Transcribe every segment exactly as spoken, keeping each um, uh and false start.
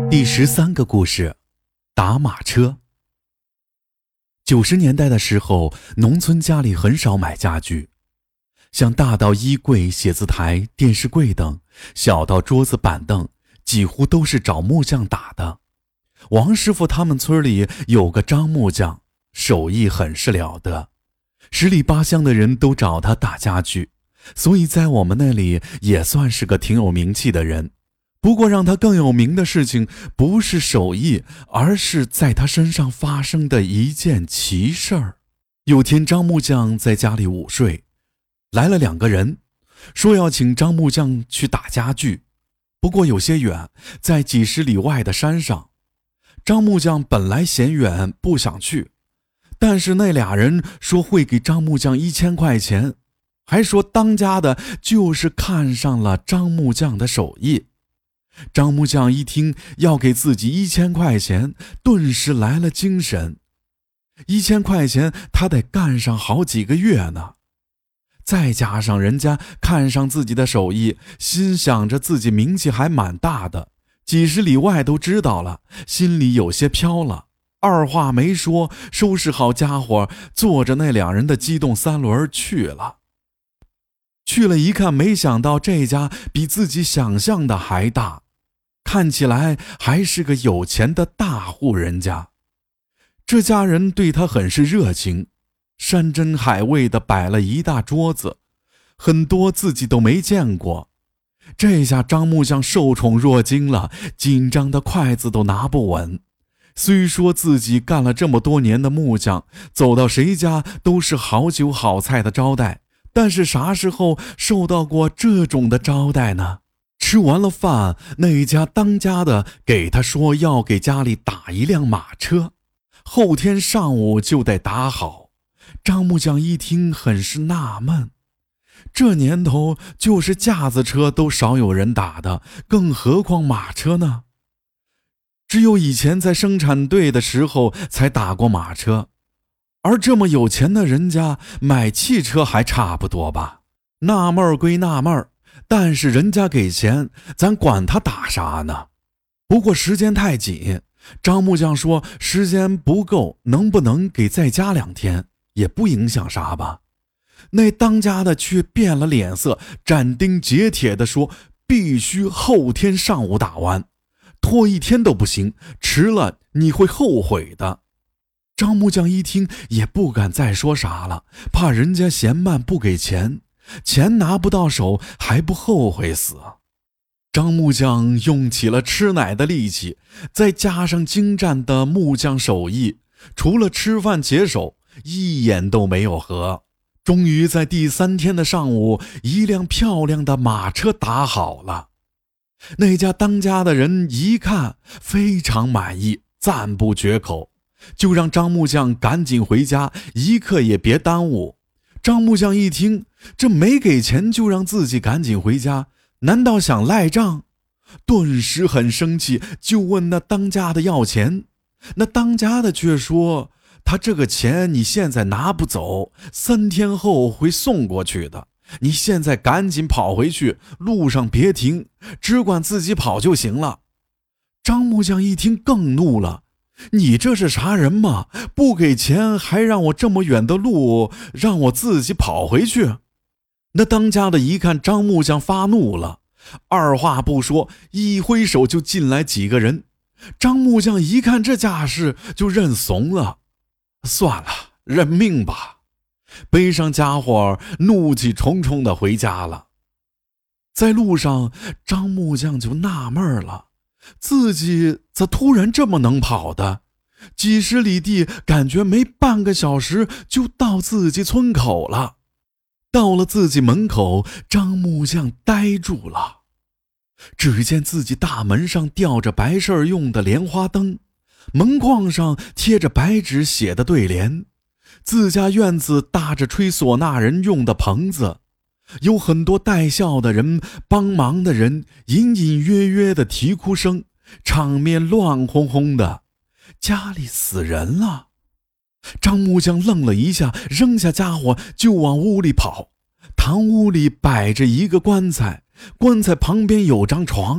第十三个故事，打马车。九十年代的时候，农村家里很少买家具，像大到衣柜、写字台、电视柜等，小到桌子板凳，几乎都是找木匠打的。王师傅他们村里有个张木匠，手艺很是了得，十里八乡的人都找他打家具，所以在我们那里也算是个挺有名气的人。不过让他更有名的事情不是手艺，而是在他身上发生的一件奇事儿。有天张木匠在家里午睡，来了两个人，说要请张木匠去打家具，不过有些远，在几十里外的山上。张木匠本来嫌远不想去，但是那俩人说会给张木匠一千块钱，还说当家的就是看上了张木匠的手艺。张木匠一听要给自己一千块钱，顿时来了精神。一千块钱他得干上好几个月呢，再加上人家看上自己的手艺，心想着自己名气还蛮大的，几十里外都知道了，心里有些飘了。二话没说，收拾好家伙，坐着那两人的机动三轮去了。去了一看，没想到这家比自己想象的还大，看起来还是个有钱的大户人家。这家人对他很是热情，山珍海味的摆了一大桌子，很多自己都没见过。这下张木匠受宠若惊了，紧张的筷子都拿不稳。虽说自己干了这么多年的木匠，走到谁家都是好酒好菜的招待，但是啥时候受到过这种的招待呢？吃完了饭，那家当家的给他说要给家里打一辆马车，后天上午就得打好。张木匠一听很是纳闷，这年头就是架子车都少有人打的，更何况马车呢？只有以前在生产队的时候才打过马车，而这么有钱的人家买汽车还差不多吧。纳闷归纳闷，但是人家给钱，咱管他打啥呢？不过时间太紧，张木匠说时间不够，能不能给再加两天，也不影响啥吧。那当家的却变了脸色，斩钉截铁地说必须后天上午打完，拖一天都不行，迟了你会后悔的。张木匠一听也不敢再说啥了，怕人家嫌慢不给钱，钱拿不到手还不后悔死。张木匠用起了吃奶的力气，再加上精湛的木匠手艺，除了吃饭解手，一眼都没有合。终于在第三天的上午，一辆漂亮的马车打好了。那家当家的人一看非常满意，赞不绝口，就让张木匠赶紧回家，一刻也别耽误。张木匠一听，这没给钱就让自己赶紧回家，难道想赖账？顿时很生气，就问那当家的要钱。那当家的却说，他这个钱你现在拿不走，三天后会送过去的，你现在赶紧跑回去，路上别停，只管自己跑就行了。张木匠一听更怒了，你这是啥人嘛？不给钱还让我这么远的路让我自己跑回去？那当家的一看张木匠发怒了，二话不说，一挥手就进来几个人。张木匠一看这架势就认怂了，算了，认命吧。背上家伙，怒气冲冲地回家了。在路上，张木匠就纳闷了，自己咋突然这么能跑的？几十里地，感觉没半个小时就到自己村口了。到了自己门口，张木匠呆住了。只见自己大门上吊着白事儿用的莲花灯，门框上贴着白纸写的对联，自家院子搭着吹唢呐人用的棚子，有很多带笑的人，帮忙的人，隐隐约约的啼哭声，场面乱哄哄的，家里死人了。张木匠愣了一下，扔下家伙就往屋里跑。堂屋里摆着一个棺材，棺材旁边有张床，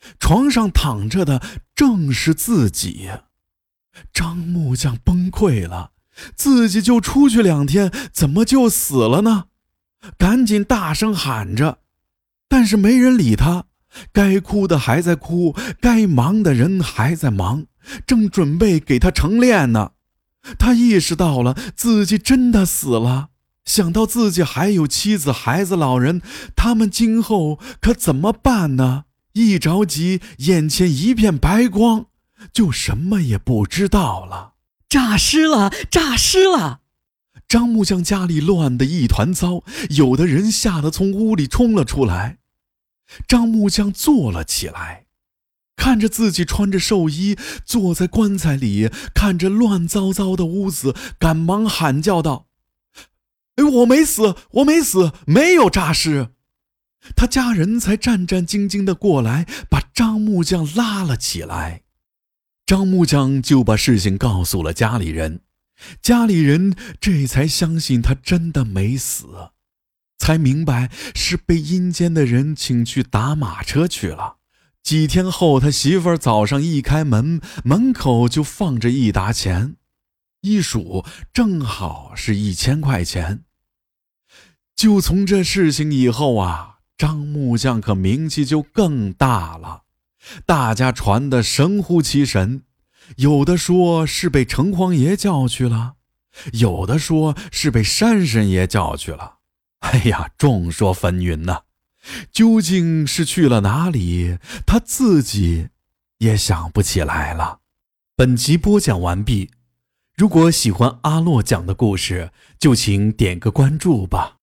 床上躺着的正是自己。张木匠崩溃了，自己就出去两天，怎么就死了呢？赶紧大声喊着，但是没人理他。该哭的还在哭，该忙的人还在忙，正准备给他成殓呢。他意识到了自己真的死了，想到自己还有妻子孩子老人，他们今后可怎么办呢？一着急，眼前一片白光，就什么也不知道了。 诈尸了，诈尸了！ 张木匠家里乱得一团糟，有的人吓得从屋里冲了出来。张木匠坐了起来，看着自己穿着寿衣坐在棺材里，看着乱糟糟的屋子，赶忙喊叫道：我没死，我没死，没有诈尸。他家人才战战兢兢地过来，把张木匠拉了起来。张木匠就把事情告诉了家里人，家里人这才相信他真的没死，才明白是被阴间的人请去打马车去了。几天后，他媳妇儿早上一开门，门口就放着一沓钱，一数正好是一千块钱。就从这事情以后啊，张木匠可名气就更大了，大家传得神乎其神，有的说是被城隍爷叫去了，有的说是被山神爷叫去了。哎呀，众说纷纭呐，究竟是去了哪里，他自己也想不起来了。本集播讲完毕，如果喜欢阿洛讲的故事，就请点个关注吧。